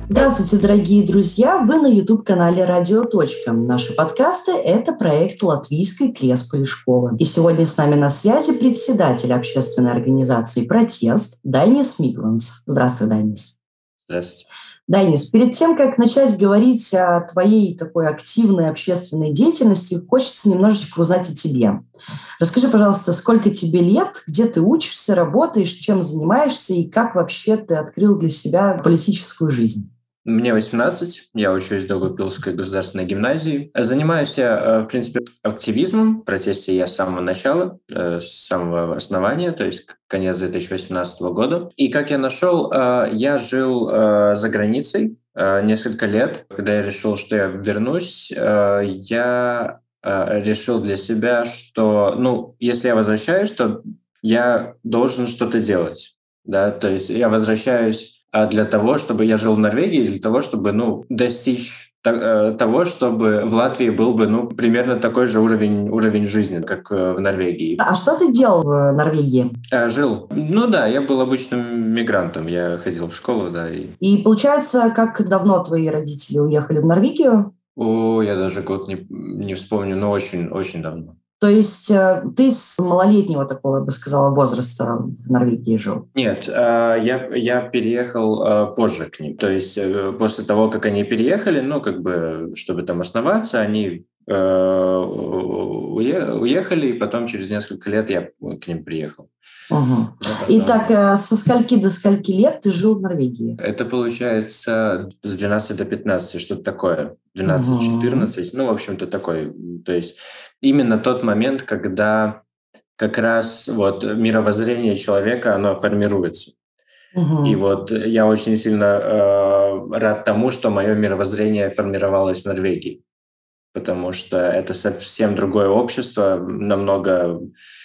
Здравствуйте, дорогие друзья! Вы на YouTube-канале «Радио. Наши подкасты – это проект Латвийской Креспой школы. И сегодня с нами на связи председатель общественной организации «Протест» Дайнис Микланс. Здравствуй, Дайнис. Здравствуйте. Дайнис, перед тем, как начать говорить о твоей такой активной общественной деятельности, хочется немножечко узнать о тебе. Расскажи, пожалуйста, сколько тебе лет, где ты учишься, работаешь, чем занимаешься и как вообще ты открыл для себя политическую жизнь? Мне 18, я учусь в Даугавпилской государственной гимназии. Занимаюсь я, в принципе, активизмом, в протесте я с самого начала, с самого основания, то есть конец 2018 года. И как я нашел, я жил за границей несколько лет. Когда я решил, что я вернусь, я решил для себя, что, если я возвращаюсь, то я должен что-то делать. Да? То есть я возвращаюсь для того, чтобы я жил в Норвегии, для того, чтобы достичь того, чтобы в Латвии был бы примерно такой же уровень жизни, как в Норвегии. А что ты делал в Норвегии? Жил. Я был обычным мигрантом, я ходил в школу, да. И получается, как давно твои родители уехали в Норвегию? Я даже год не вспомню, но очень-очень давно. То есть ты с малолетнего такого, я бы сказала, возраста в Норвегии жил? Нет, я переехал позже к ним. То есть после того, как они переехали, чтобы там основаться, они уехали, и потом через несколько лет я к ним приехал. Угу. Итак, со скольки до скольки лет ты жил в Норвегии? Это получается с 12 до 15, что-то такое. 12-14, в общем-то, такой. То есть именно тот момент, когда как раз мировоззрение человека, оно формируется. И я очень сильно рад тому, что мое мировоззрение формировалось в Норвегии, потому что это совсем другое общество, намного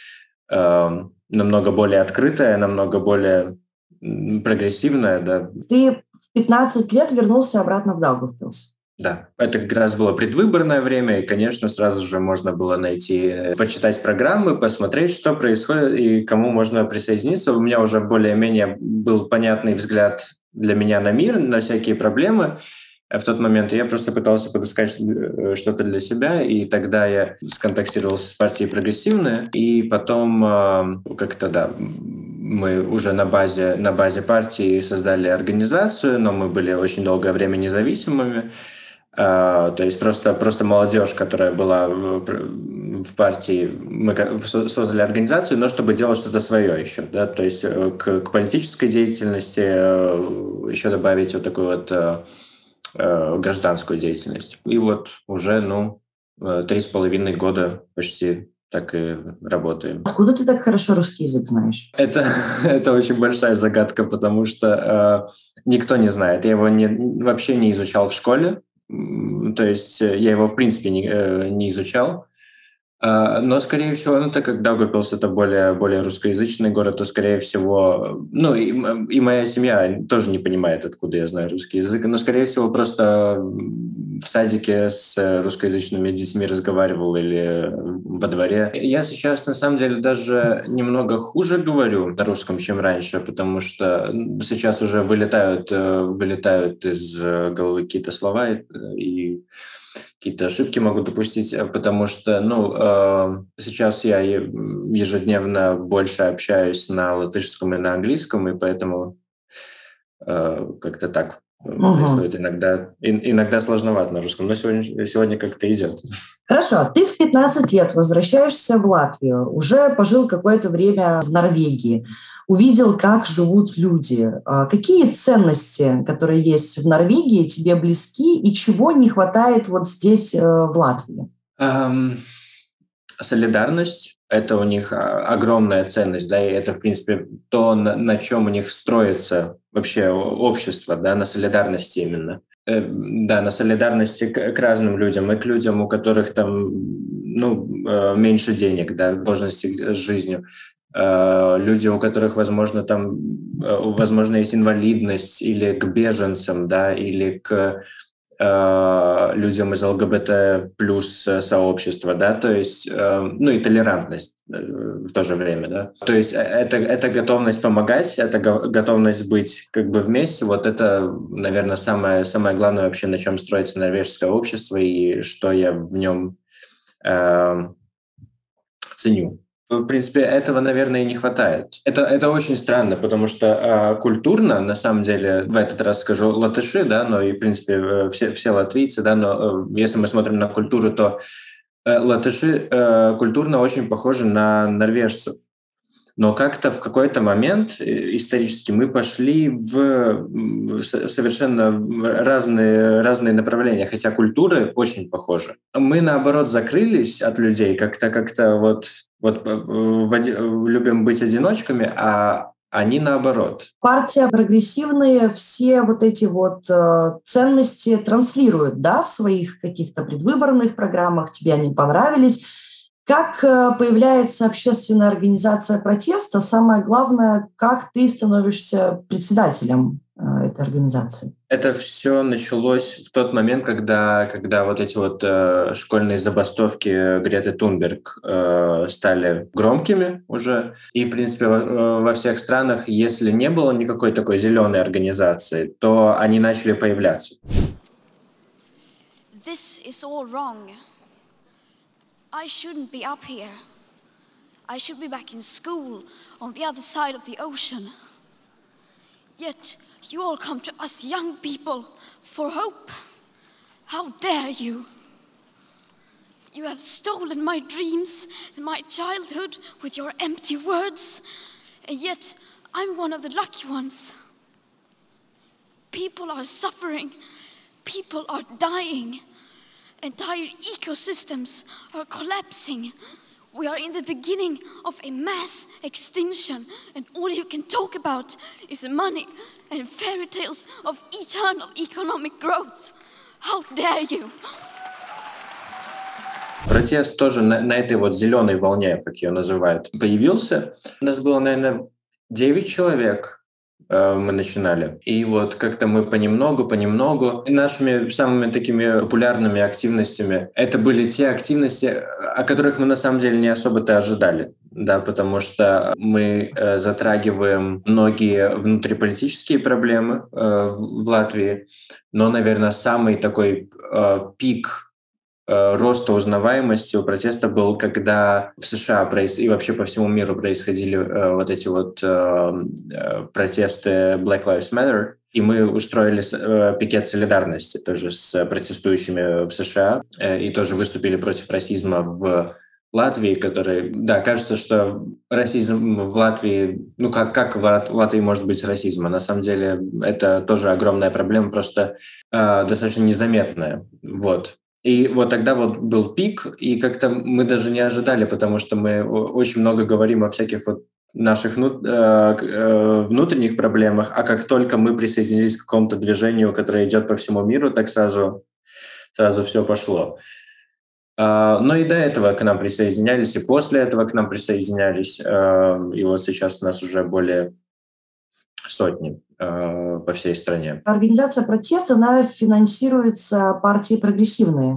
более открытое, намного более прогрессивное. Да. Ты в 15 лет вернулся обратно в Даугавпилс. Да, это как раз было предвыборное время, и, конечно, сразу же можно было почитать программы, посмотреть, что происходит и кому можно присоединиться. У меня уже более-менее был понятный взгляд для меня на мир, на всякие проблемы в тот момент. Я просто пытался подыскать что-то для себя, и тогда я сконтактировался с партией «Прогрессивная», и потом мы уже на базе партии создали организацию, но мы были очень долгое время независимыми. То есть просто молодежь, которая была в партии, мы создали организацию, но чтобы делать что-то свое еще, да, то есть к политической деятельности еще добавить такую гражданскую деятельность. И уже 3,5 года почти так и работаем. Откуда ты так хорошо русский язык знаешь? Это очень большая загадка, потому что никто не знает. Я его вообще не изучал в школе. То есть я его, в принципе, не изучал. Но, скорее всего, так как Даугавпилс – это более русскоязычный город, то, скорее всего… и моя семья тоже не понимает, откуда я знаю русский язык. Но, скорее всего, просто в садике с русскоязычными детьми разговаривал или во дворе. Я сейчас, на самом деле, даже немного хуже говорю на русском, чем раньше, потому что сейчас уже вылетают из головы какие-то слова и какие-то ошибки могу допустить, потому что, сейчас я ежедневно больше общаюсь на латышском и на английском, и поэтому как-то так происходит. Иногда сложновато на русском, но сегодня как-то идет. Хорошо, ты в 15 лет возвращаешься в Латвию, уже пожил какое-то время в Норвегии, увидел, как живут люди. Какие ценности, которые есть в Норвегии, тебе близки, и чего не хватает здесь, в Латвии? Солидарность – это у них огромная ценность, да, и это, в принципе, то, на чем у них строится вообще общество, да, на солидарности именно. Да, на солидарности к разным людям, и к людям, у которых там, меньше денег, да, сложности с жизнью. Люди, у которых, возможно, есть инвалидность, или к беженцам, да, или к людям из ЛГБТ плюс сообщества, да, то есть, ну и толерантность в то же время, да. То есть это готовность помогать, это готовность быть как бы вместе, вот это, наверное, самое главное вообще, на чем строится норвежское общество и что я в нем ценю. В принципе, этого, наверное, и не хватает. Это очень странно, потому что культурно, на самом деле, в этот раз скажу латыши, да, но и, в принципе, все латвийцы, да, но если мы смотрим на культуру, то латыши культурно очень похожи на норвежцев. Но как-то в какой-то момент исторически мы пошли в совершенно разные направления, хотя культуры очень похожи. Мы, наоборот, закрылись от людей, как-то вот любим быть одиночками, а они наоборот. Партия прогрессивные все вот эти вот ценности транслирует, да, в своих каких-то предвыборных программах, тебе они понравились. Как появляется общественная организация протеста? Самое главное, как ты становишься председателем этой организации? Это все началось в тот момент, когда вот эти вот школьные забастовки Греты Тунберг стали громкими уже. И, в принципе, во всех странах, если не было никакой такой зеленой организации, то они начали появляться. This is all wrong. I shouldn't be up here. I should be back in school on the other side of the ocean. Yet you all come to us young people for hope. How dare you? You have stolen my dreams and my childhood with your empty words, and yet I'm one of the lucky ones. People are suffering. People are dying. Entire ecosystems are collapsing. We are in the beginning of a mass extinction, and all you can talk about is money and fairy tales of eternal economic growth. How dare you? Протест тоже на этой вот зеленой волне, как ее называют, появился. У нас было, наверное, 9 человек. Мы начинали. И вот как-то мы понемногу, нашими самыми такими популярными активностями это были те активности, о которых мы на самом деле не особо-то ожидали, да, потому что мы затрагиваем многие внутриполитические проблемы в Латвии, но, наверное, самый такой пик роста узнаваемости у протеста был, когда в США и вообще по всему миру происходили вот эти вот протесты Black Lives Matter, и мы устроили пикет солидарности тоже с протестующими в США и тоже выступили против расизма в Латвии, который, да, кажется, что расизм в Латвии, ну как в Латвии может быть расизм? На самом деле это тоже огромная проблема, просто достаточно незаметная, вот. И вот тогда вот был пик, и как-то мы даже не ожидали, потому что мы очень много говорим о всяких вот наших внутренних проблемах, а как только мы присоединились к какому-то движению, которое идет по всему миру, так сразу все пошло. Но и до этого к нам присоединялись, и после этого к нам присоединялись, и вот сейчас у нас уже более сотни по всей стране. Организация протеста, она финансируется партией прогрессивные.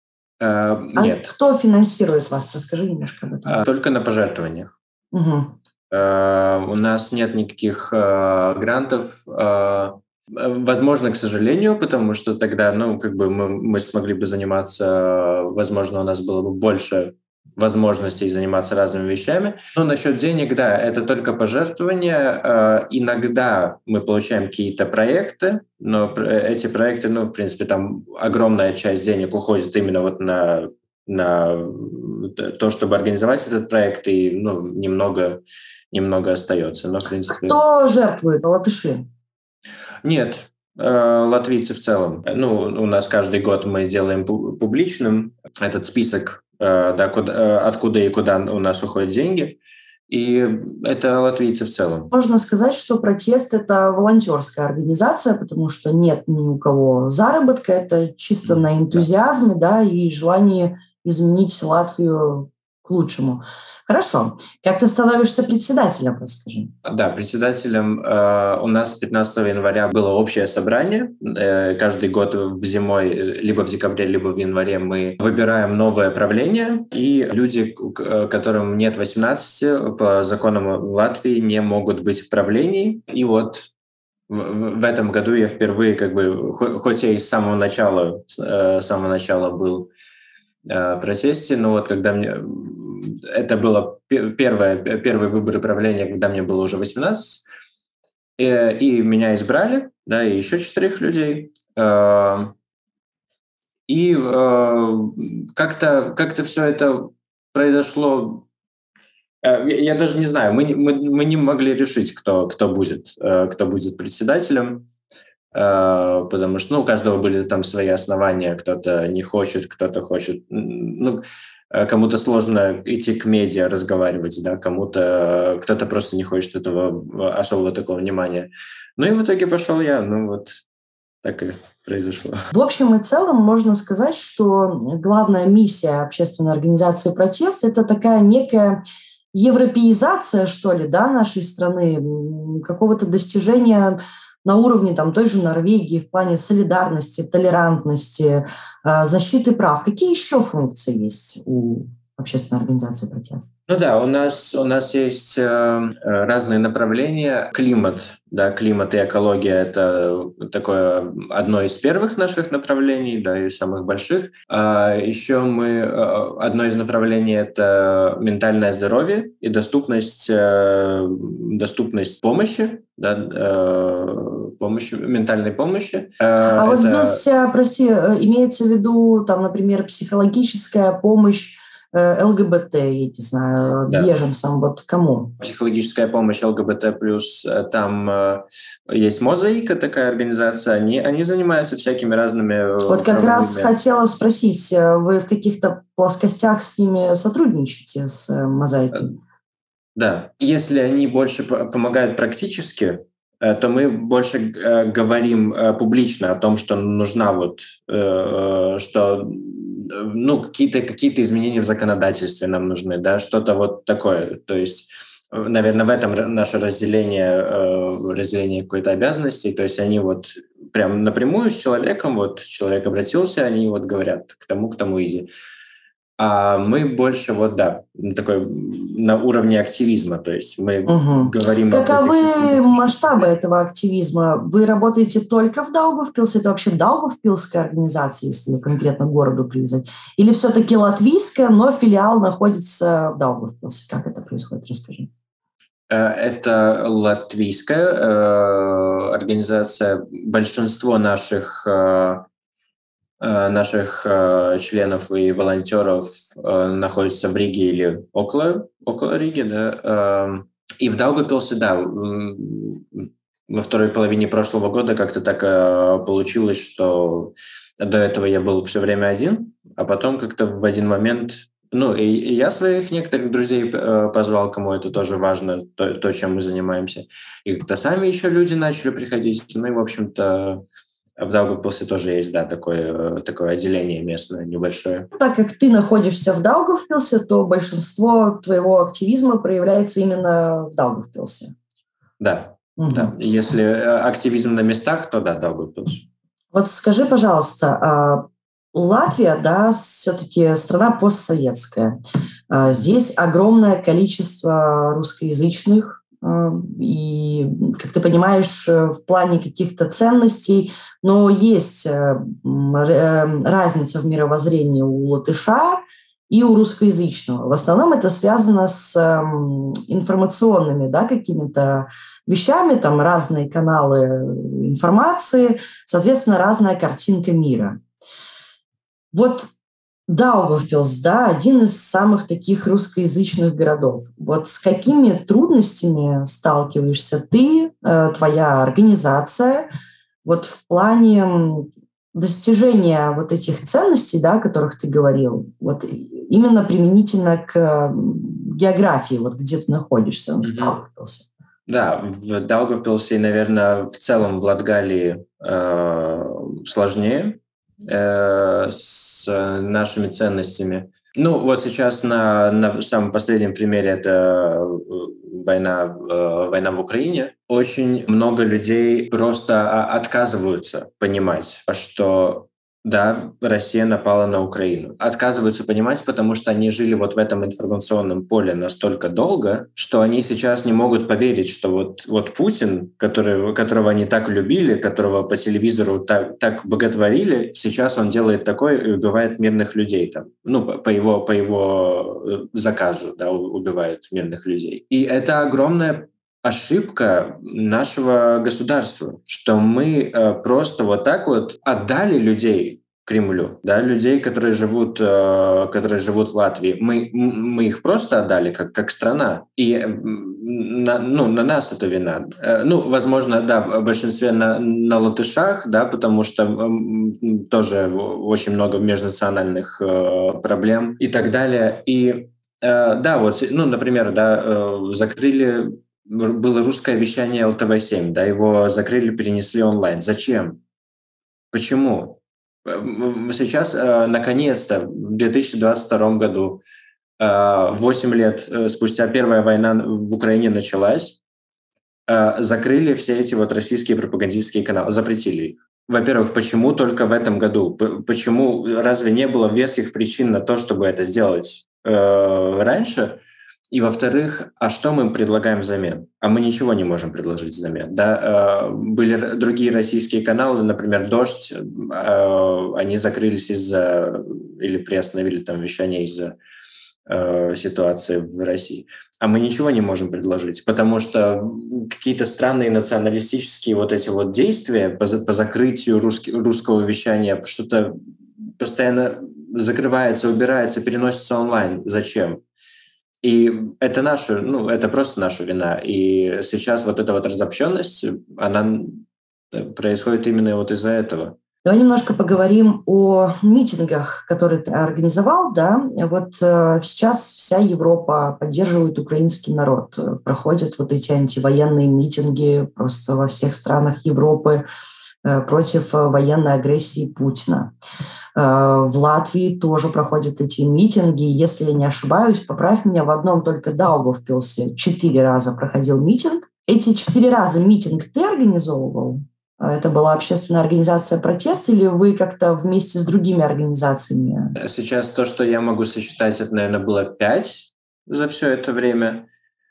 Нет. Кто финансирует вас? Расскажи немножко об этом. Только на пожертвованиях. Угу. У нас нет никаких грантов. Возможно, к сожалению, потому что тогда, ну, как бы мы смогли бы заниматься, возможно, у нас было бы больше возможностей заниматься разными вещами. Но насчет денег, да, это только пожертвования. Иногда мы получаем какие-то проекты, но эти проекты, ну, в принципе, там огромная часть денег уходит именно вот на то, чтобы организовать этот проект, и ну, немного остается. Но, в принципе... Кто жертвует? Латыши? Нет, латвийцы в целом. Ну, у нас каждый год мы делаем публичным этот список, да, откуда и куда у нас уходят деньги. И это латвийцы в целом. Можно сказать, что протест – это волонтерская организация, потому что нет ни у кого заработка, это чисто на энтузиазме, да, и желании изменить Латвию к лучшему. Хорошо. Как ты становишься председателем, расскажи. Да, председателем у нас 15 января было общее собрание. Каждый год зимой, либо в декабре, либо в январе мы выбираем новое правление, и люди, которым нет 18, по законам Латвии не могут быть в правлении. И вот в этом году я впервые, хоть я и с самого начала был в протесте, но вот когда это было первые выборы правления, когда мне было уже 18, и меня избрали, да, и еще 4 людей. И как-то все это произошло. Я даже не знаю, мы не могли решить, кто будет председателем, потому что у каждого были там свои основания, кто-то не хочет, кто-то хочет. Кому-то сложно идти к медиа разговаривать, да, кто-то просто не хочет этого особого такого внимания. И в итоге пошел я, вот так и произошло. В общем и целом можно сказать, что главная миссия общественной организации «Протест» – это такая некая европеизация, что ли, да, нашей страны, какого-то достижения на уровне той же Норвегии в плане солидарности, толерантности, защиты прав. Какие еще функции есть у общественной организации «Протест»? У нас есть разные направления. Климат и экология – это такое одно из первых наших направлений, да, и самых больших. Еще одно из направлений – это ментальное здоровье и доступность помощи, да, ментальной помощи. Вот здесь, прости, имеется в виду, например, психологическая помощь ЛГБТ, я не знаю, да, беженцам, вот кому? Психологическая помощь ЛГБТ+, там есть «Мозаика», такая организация, они занимаются всякими разными... Вот как раз хотела спросить, вы в каких-то плоскостях с ними сотрудничаете, с «Мозаикой»? Да, если они больше помогают практически, то мы больше говорим публично о том, что нужна какие-то изменения в законодательстве нам нужны, да, что-то вот такое. То есть, наверное, в этом наше разделение какой-то обязанностей. То есть они прям напрямую с человеком, человек обратился, они говорят к тому иди. А мы больше такой на уровне активизма, то есть мы говорим... Каковы масштабы этого активизма? Вы работаете только в Даугавпилсе? Это вообще даугавпилская организация, если конкретно к городу привязать? Или все-таки латвийская, но филиал находится в Даугавпилсе? Как это происходит? Расскажи. Это латвийская организация. Большинство наших членов и волонтеров находятся в Риге или около Риги, да. И в Даугавпилсе, да, во второй половине прошлого года как-то так получилось, что до этого я был все время один, а потом как-то в один момент, и я своих некоторых друзей позвал, кому это тоже важно, то, чем мы занимаемся. И как-то сами еще люди начали приходить, и, в общем-то, в Даугавпилсе тоже есть, да, такое отделение местное, небольшое. Так как ты находишься в Даугавпилсе, то большинство твоего активизма проявляется именно в Даугавпилсе. Да, да. Если активизм на местах, то да, Даугавпилс. Вот скажи, пожалуйста, Латвия, да, все-таки страна постсоветская. Здесь огромное количество русскоязычных, и, как ты понимаешь, в плане каких-то ценностей, но есть разница в мировоззрении у латыша и у русскоязычного. В основном это связано с информационными, да, какими-то вещами, разные каналы информации, соответственно, разная картинка мира. Даугавпилс, да, один из самых таких русскоязычных городов. С какими трудностями сталкиваешься ты, твоя организация, в плане достижения этих ценностей, да, о которых ты говорил, именно применительно к географии, где ты находишься, в Даугавпилсе? Да, в Даугавпилсе, наверное, в целом в Латгалии сложнее с нашими ценностями. Ну, вот сейчас на самом последнем примере это война в Украине. Очень много людей просто отказываются понимать, что да, Россия напала на Украину. Отказываются понимать, потому что они жили вот в этом информационном поле настолько долго, что они сейчас не могут поверить, что вот Путин, которого они так любили, которого по телевизору так боготворили, сейчас он делает такое и убивает мирных людей там. Ну, по его заказу, да, убивают мирных людей. И это огромная ошибка нашего государства, что мы просто вот так вот отдали людей Кремлю, да, людей, которые живут в Латвии. Мы их просто отдали как страна. И на нас это вина. Ну, возможно, да, в большинстве на латышах, да, потому что тоже очень много межнациональных проблем и так далее. И да, вот, ну, например, да, закрыли. Было русское вещание ЛТВ-7, да, его закрыли, перенесли онлайн. Зачем? Почему? Сейчас, наконец-то, в 2022 году, 8 лет спустя Первая война в Украине началась, закрыли все эти вот российские пропагандистские каналы, запретили их. Во-первых, почему только в этом году? Почему? Разве не было веских причин на то, чтобы это сделать раньше? И, во-вторых, а что мы предлагаем взамен? А мы ничего не можем предложить взамен. Да? Были другие российские каналы, например, «Дождь», они закрылись или приостановили там вещание из-за ситуации в России. А мы ничего не можем предложить, потому что какие-то странные националистические вот эти вот действия по закрытию русского вещания, что-то постоянно закрывается, убирается, переносится онлайн. Зачем? И это это просто наша вина. И сейчас вот эта вот разобщенность, она происходит именно вот из-за этого. Давай немножко поговорим о митингах, которые ты организовал. Да? Вот сейчас вся Европа поддерживает украинский народ. Проходят вот эти антивоенные митинги просто во всех странах Европы против военной агрессии Путина. В Латвии тоже проходят эти митинги. Если я не ошибаюсь, поправь меня, в одном только Даугавпилсе 4 раза проходил митинг. Эти 4 раза митинг ты организовывал? Это была общественная организация «Протест» или вы как-то вместе с другими организациями? Сейчас то, что я могу сосчитать, это, наверное, было 5 за все это время.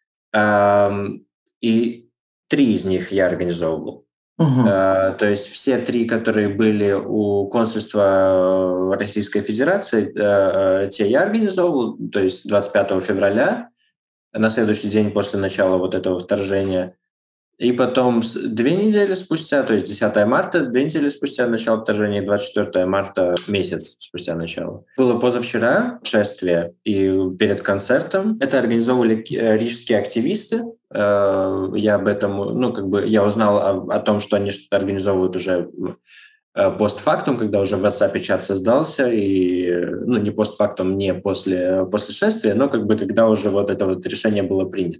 И 3 из них я организовывал. Угу. То есть все 3, которые были у консульства Российской Федерации, те я организовывал, то есть 25 февраля, на следующий день после начала вот этого вторжения. И потом 2 недели спустя, то есть 10 марта, 2 недели спустя начало вторжения, и 24 марта, месяц спустя начало. Было позавчера шествие, и перед концертом это организовывали рижские активисты. Я об этом, я узнал о том, что они что-то организовывают уже постфактум, когда уже в WhatsApp чат создался, и, не постфактум, не после шествия, но когда уже вот это вот решение было принято.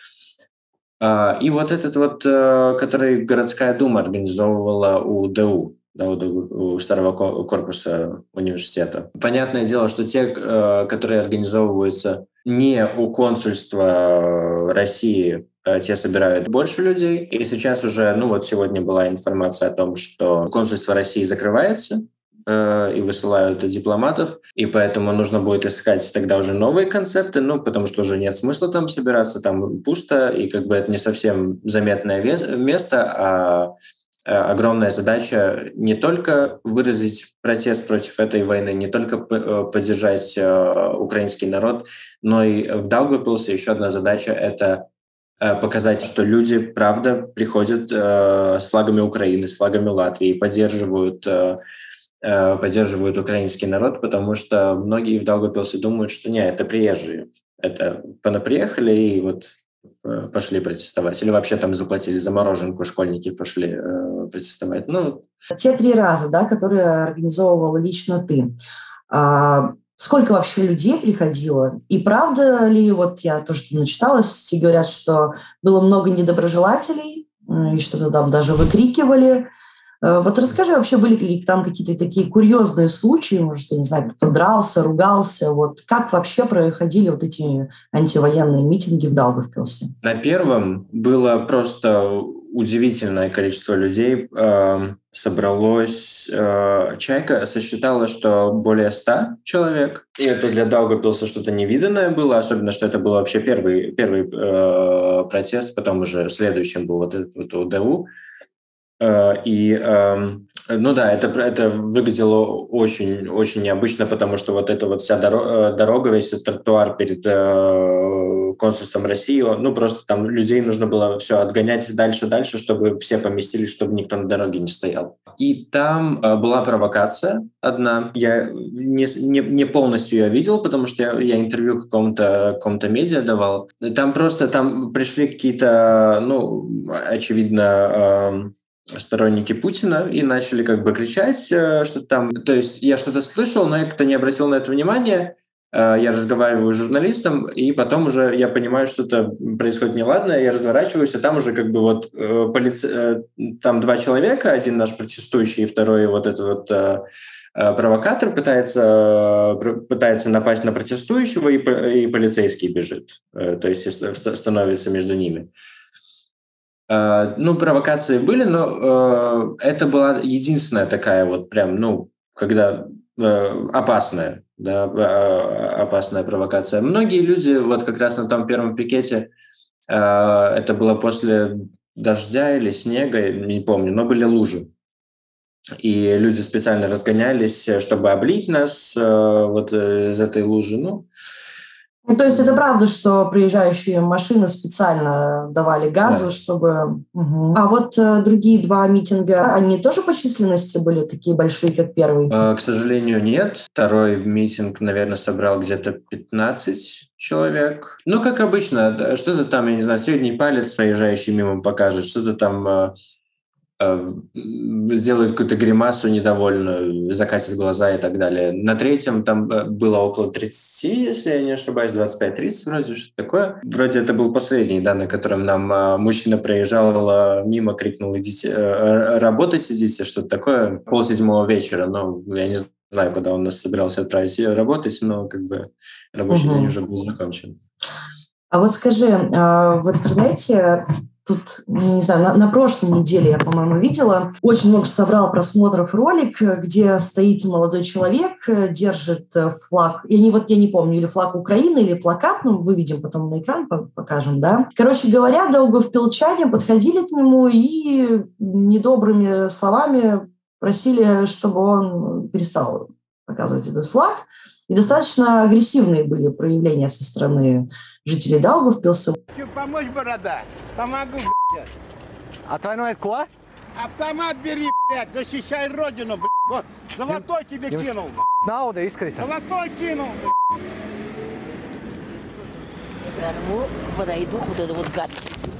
И вот этот вот, который городская дума организовывала у ДУ, да, у старого корпуса университета. Понятное дело, что те, которые организовываются не у консульства России, те собирают больше людей. И сейчас уже, сегодня была информация о том, что консульство России закрывается, и высылают дипломатов, и поэтому нужно будет искать тогда уже новые концепты, потому что уже нет смысла там собираться, там пусто, и это не совсем заметное место, а огромная задача не только выразить протест против этой войны, не только поддержать украинский народ, но и в Даугавпилсе еще одна задача — это показать, что люди, правда, приходят с флагами Украины, с флагами Латвии, поддерживают украинский народ, потому что многие в Даугавпилсе думают, что нет, это приезжие. Это приехали и пошли протестовать. Или вообще там заплатили за мороженку, школьники пошли протестовать. Те 3 раза, да, которые организовывала лично ты, сколько вообще людей приходило? И правда ли, я тоже там начиталась, те говорят, что было много недоброжелателей, и что-то там даже выкрикивали. Вот расскажи, вообще были ли там какие-то такие курьезные случаи, может, я не знаю, кто-то дрался, ругался, вот как вообще проходили вот эти антивоенные митинги в Даугавпилсе? На первом было просто удивительное количество людей. Собралось. Чайка сосчитала, что более 100 человек. И это для Даугавпилса что-то невиданное было, особенно, что это был вообще первый протест, потом уже следующим был вот этот вот УДУ. Ну да, это выглядело очень, очень необычно, потому что вот эта вот вся дорога, весь этот тротуар перед консульством России, ну просто там людей нужно было все отгонять дальше, чтобы все поместились, чтобы никто на дороге не стоял. И там была провокация одна. Я не полностью ее видел, потому что я интервью какому-то медиа давал. Там пришли какие-то, очевидно, сторонники Путина и начали как бы кричать, что там... То есть я что-то слышал, но я как-то не обратил на это внимания. Я разговариваю с журналистом, и потом уже я понимаю, что что-то происходит неладное, я разворачиваюсь, а там уже как бы вот там 2 человека, один наш протестующий, второй вот этот вот провокатор пытается напасть на протестующего, и полицейский бежит, то есть становится между ними. Провокации были, но это была единственная такая вот прям, когда опасная, да, опасная провокация. Многие люди вот как раз на том первом пикете, это было после дождя или снега, не помню, но были лужи. И люди специально разгонялись, чтобы облить нас вот из этой лужи. То есть это правда, что приезжающие машины специально давали газу, да, чтобы... Угу. А вот другие 2 митинга, они тоже по численности были такие большие, как первый? К сожалению, нет. Второй митинг, наверное, собрал где-то 15 человек. Как обычно, что-то там, я не знаю, средний палец проезжающий мимо покажет, что-то там... сделают какую-то гримасу недовольную, закатят глаза и так далее. На третьем там было около 30, если я не ошибаюсь, 25-30 вроде, что-то такое. Вроде это был последний, да, на котором нам мужчина проезжал мимо, крикнул: «Идите, работать идите», что-то такое, 6:30 вечера. Я не знаю, куда он нас собирался отправить работать, но как бы рабочий день уже был закончен. А вот скажи, в интернете... Тут, не знаю, на прошлой неделе я, по-моему, видела, очень много собрал просмотров ролик, где стоит молодой человек, держит флаг, я не помню, или флаг Украины, или плакат, выведем потом на экран, покажем, да. Короче говоря, даугавпилчане подходили к нему и недобрыми словами просили, чтобы он перестал показывать этот флаг. И достаточно агрессивные были проявления со стороны жителей Даугавпилса. Помочь, борода? Помогу, блядь. Отвойной ко? Автомат бери, блядь, защищай родину, блядь. Вот, золотой тебе кинул, блядь. Nauda izkrita. Золотой кинул, блядь. Прорву, подойду, вот это вот гад.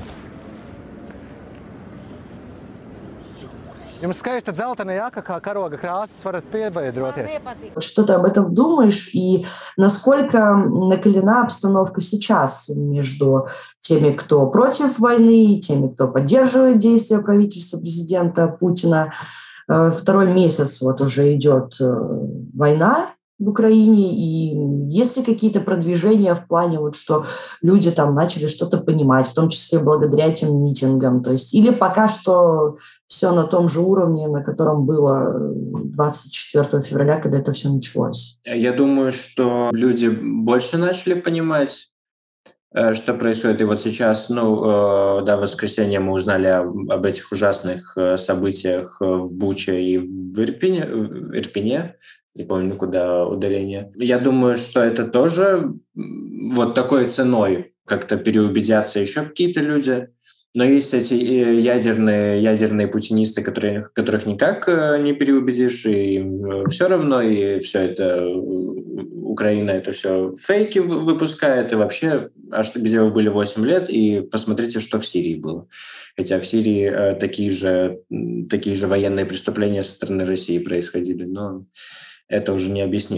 Jums skaista dzeltena jaka, kā karoga krāsas, varat piebiedroties. Что ты об этом думаешь и насколько накалена обстановка сейчас между теми, кто против войны, и теми, кто поддерживает действия правительства президента Путина? 2-й месяц вот уже идет война в Украине, и есть ли какие-то продвижения в плане, вот, что люди там начали что-то понимать, в том числе благодаря этим митингам, то есть, или пока что все на том же уровне, на котором было 24 февраля, когда это все началось? Я думаю, что люди больше начали понимать, что происходит. И вот сейчас, в воскресенье мы узнали об этих ужасных событиях в Буче и в Ирпене. Не помню, куда ударение. Я думаю, что это тоже вот такой ценой как-то переубедятся еще какие-то люди. Но есть эти ядерные путинисты, которых никак не переубедишь, и им все равно, и все это Украина это все фейки выпускает, и вообще, где вы были 8 лет, и посмотрите, что в Сирии было. Хотя в Сирии такие же военные преступления со стороны России происходили, но это уже не объяснишь.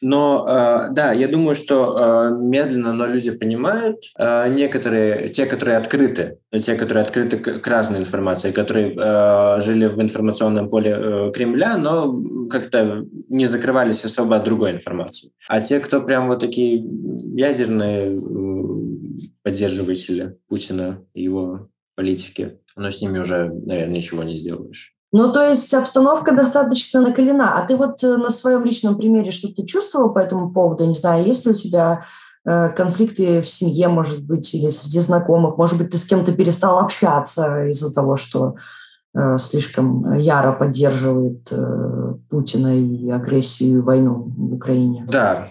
Но, да, я думаю, что медленно, но люди понимают. Некоторые, те, которые открыты к разной информации, которые жили в информационном поле Кремля, но как-то не закрывались особо от другой информации. А те, кто прям вот такие ядерные поддерживатели Путина и его политики, но с ними уже, наверное, ничего не сделаешь. Ну, то есть обстановка достаточно накалена. А ты вот на своем личном примере что-то чувствовал по этому поводу? Не знаю, есть ли у тебя конфликты в семье, может быть, или среди знакомых? Может быть, ты с кем-то перестал общаться из-за того, что слишком яро поддерживает Путина и агрессию, и войну в Украине? Да,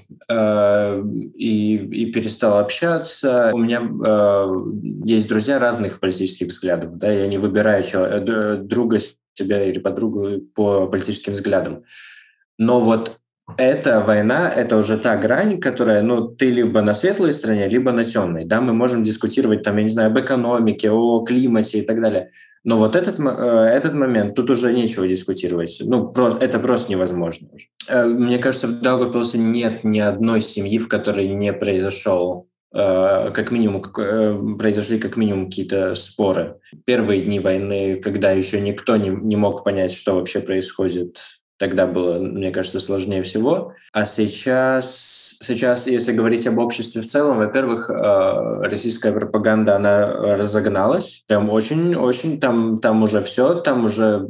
и перестал общаться. У меня есть друзья разных политических взглядов, да, я не выбираю друга себя или подругу по политическим взглядам. Но вот эта война, это уже та грань, которая, ты либо на светлой стороне, либо на темной. Да, мы можем дискутировать, там, я не знаю, об экономике, о климате и так далее. Но вот этот момент, тут уже нечего дискутировать. Это просто невозможно. Мне кажется, в Даугавпилсе нет ни одной семьи, в которой не произошли как минимум какие-то споры. Первые дни войны, когда еще никто не мог понять, что вообще происходит, тогда было, мне кажется, сложнее всего. А сейчас, если говорить об обществе в целом, во-первых, российская пропаганда, она разогналась. Прям очень-очень. Там уже все. Там уже...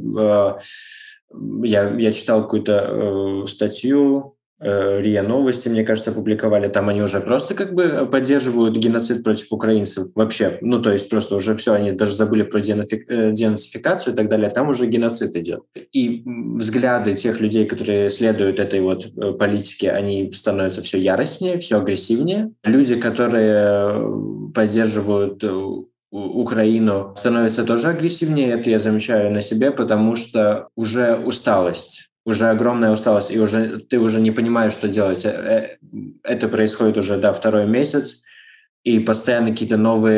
Я читал какую-то статью, РИА Новости, мне кажется, публиковали. Там они уже просто как бы поддерживают геноцид против украинцев вообще. То есть просто уже все, они даже забыли про денацификацию и так далее. Там уже геноцид идет. И взгляды тех людей, которые следуют этой вот политике, они становятся все яростнее, все агрессивнее. Люди, которые поддерживают Украину, становятся тоже агрессивнее. Это я замечаю на себе, потому что уже усталость. Уже огромная усталость, и ты уже не понимаешь, что делать. Это происходит уже, второй месяц, и постоянно какие-то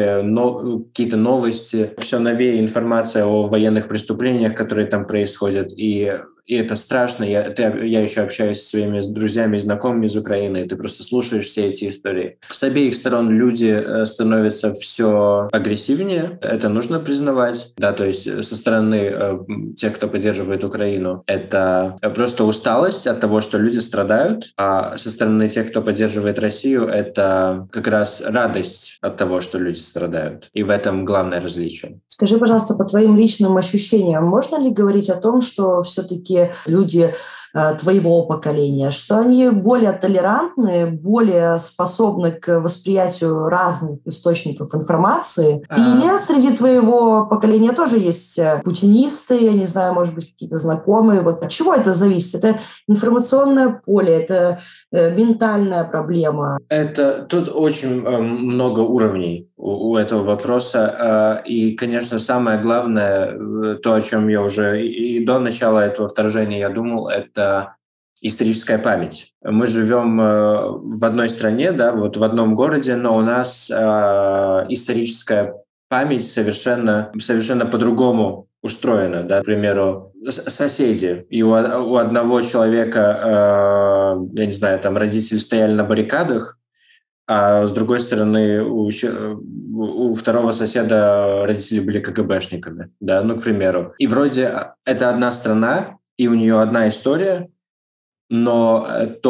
новости, все новее информация о военных преступлениях, которые там происходят, и это страшно. Я еще общаюсь со своими друзьями и знакомыми из Украины, и ты просто слушаешь все эти истории. С обеих сторон люди становятся все агрессивнее, это нужно признавать. Да, то есть со стороны тех, кто поддерживает Украину, это просто усталость от того, что люди страдают, а со стороны тех, кто поддерживает Россию, это как раз радость от того, что люди страдают. И в этом главное различие. Скажи, пожалуйста, по твоим личным ощущениям, можно ли говорить о том, что все-таки люди твоего поколения, что они более толерантны, более способны к восприятию разных источников информации? Или среди твоего поколения тоже есть путинисты, я не знаю, может быть, какие-то знакомые? Вот от чего это зависит? Это информационное поле, это ментальная проблема? Тут очень много уровней у этого вопроса. И, конечно, самое главное, то, о чем я уже и до начала этого вторжения я думал, это историческая память. Мы живем в одной стране, да, вот в одном городе, но у нас историческая память совершенно по-другому устроена. Да? К примеру, соседи. И у одного человека, я не знаю, там родители стояли на баррикадах, а с другой стороны, у второго соседа родители были КГБшниками, да, к примеру. И вроде это одна страна, и у нее одна история, но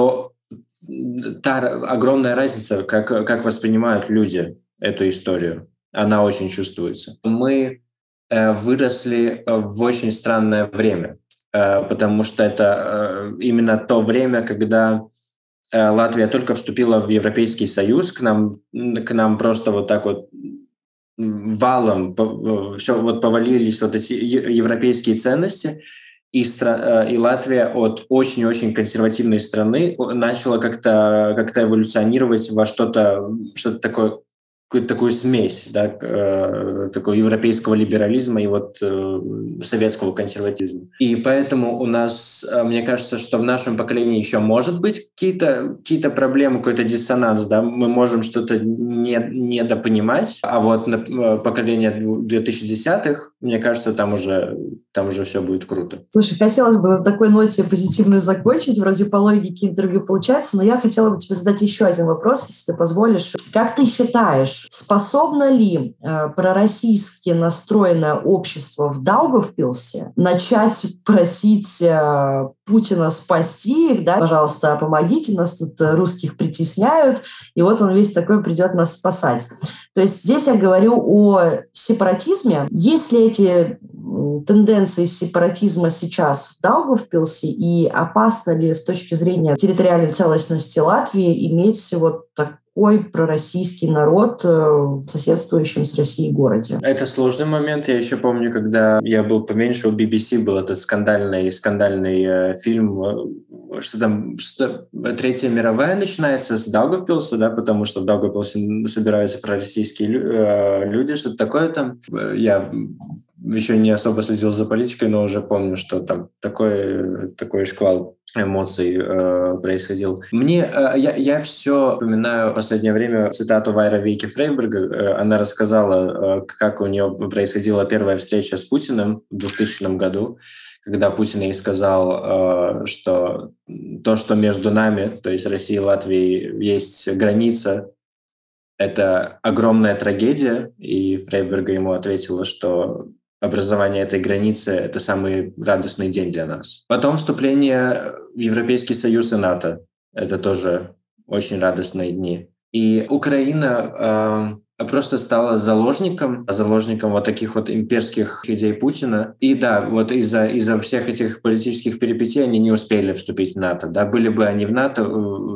та огромная разница, как воспринимают люди эту историю, она очень чувствуется. Мы выросли в очень странное время, потому что это именно то время, когда Латвия только вступила в Европейский Союз, к нам просто вот так вот валом все вот повалились вот эти европейские ценности, и Латвия от очень-очень консервативной страны начала как-то эволюционировать во что-то такое, какую-то такую смесь, да, такого европейского либерализма и вот советского консерватизма. И поэтому у нас, мне кажется, что в нашем поколении еще может быть какие-то проблемы, какой-то диссонанс, да, мы можем что-то недопонимать, а вот поколение 2010-х, мне кажется, там уже все будет круто. Слушай, хотелось бы на такой ноте позитивно закончить, вроде по логике интервью получается, но я хотела бы тебе задать еще один вопрос, если ты позволишь. Как ты считаешь, способно ли пророссийски настроенное общество в Даугавпилсе начать просить Путина спасти их, да, пожалуйста, помогите, нас тут русских притесняют, и вот он весь такой придет нас спасать. То есть здесь я говорю о сепаратизме. Есть ли эти тенденции сепаратизма сейчас в Даугавпилсе, и опасно ли с точки зрения территориальной целостности Латвии иметь вот такой пророссийский народ в соседствующем с Россией городе? Это сложный момент. Я еще помню, когда я был поменьше, у BBC был этот скандальный фильм, что Третья мировая начинается с Даугавпилса, да, потому что в Даугавпилсе собираются пророссийские люди, что-то такое там. Я еще не особо следил за политикой, но уже помню, что там такой шквал эмоций происходил. Я все вспоминаю в последнее время цитату Вайра Вики Фрейберга. Она рассказала, как у нее происходила первая встреча с Путиным в 2000 году, когда Путин ей сказал, что то, что между нами, то есть Россией и Латвией, есть граница, это огромная трагедия. И Фрейберга ему ответила, что образование этой границы – это самый радостный день для нас. Потом вступление в Европейский Союз и НАТО – это тоже очень радостные дни. И Украина просто стала заложником вот таких вот имперских идей Путина. И да, вот из-за всех этих политических перипетий они не успели вступить в НАТО. Да, были бы они в НАТО,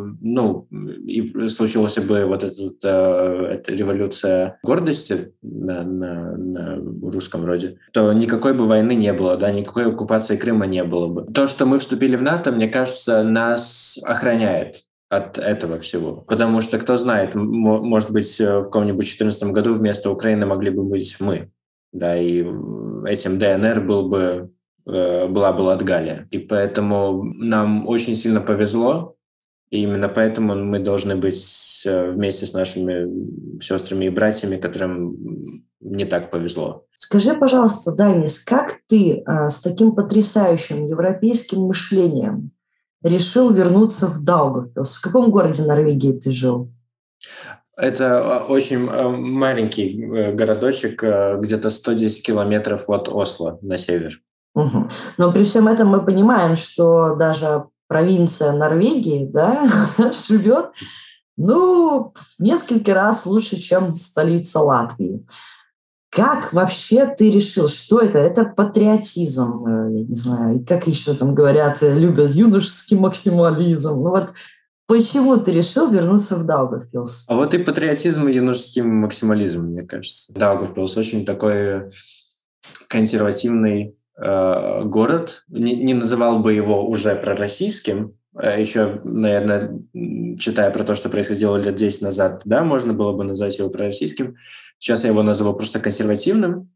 и случилась бы вот эта революция гордости на русском роде, то никакой бы войны не было, да, никакой оккупации Крыма не было бы. То, что мы вступили в НАТО, мне кажется, нас охраняет от этого всего. Потому что, кто знает, может быть, в каком-нибудь 2014 году вместо Украины могли бы быть мы. Да, и этим ДНР была бы Латгалия. И поэтому нам очень сильно повезло, и именно поэтому мы должны быть вместе с нашими сестрами и братьями, которым не так повезло. Скажи, пожалуйста, Данис, как ты с таким потрясающим европейским мышлением решил вернуться в Даугавпилс? В каком городе Норвегии ты жил? Это очень маленький городочек, где-то 110 километров от Осло на север. Угу. Но при всем этом мы понимаем, что даже провинция Норвегии, да, живет, в несколько раз лучше, чем столица Латвии. Как вообще ты решил, что это? Это патриотизм, я не знаю, как еще там говорят, любят юношеский максимализм. Почему ты решил вернуться в Даугавпилс? А вот и патриотизм, и юношеский максимализм, мне кажется. Даугавпилс очень такой консервативный город. Не называл бы его уже пророссийским. Еще, наверное, читая про то, что происходило лет 10 назад, да, можно было бы назвать его пророссийским. Сейчас я его назову просто консервативным.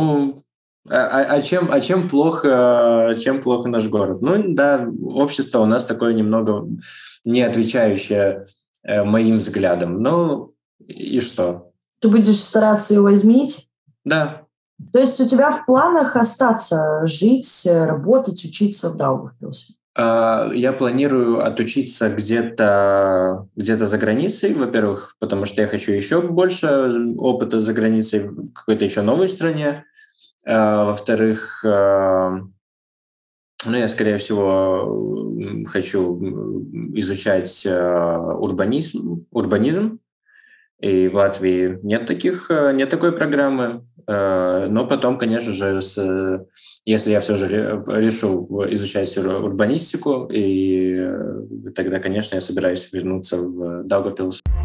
Чем плохо наш город? Да, общество у нас такое немного не отвечающее моим взглядам. И что? Ты будешь стараться его изменить? Да. То есть у тебя в планах остаться, жить, работать, учиться в Даугавпилсе? Я планирую отучиться где-то за границей, во-первых, потому что я хочу еще больше опыта за границей в какой-то еще новой стране. Во-вторых, я, скорее всего, хочу изучать урбанизм. И в Латвии нет такой программы. Но потом, конечно же, если я все же решу изучать урбанистику, и тогда, конечно, я собираюсь вернуться в Даугавпилс.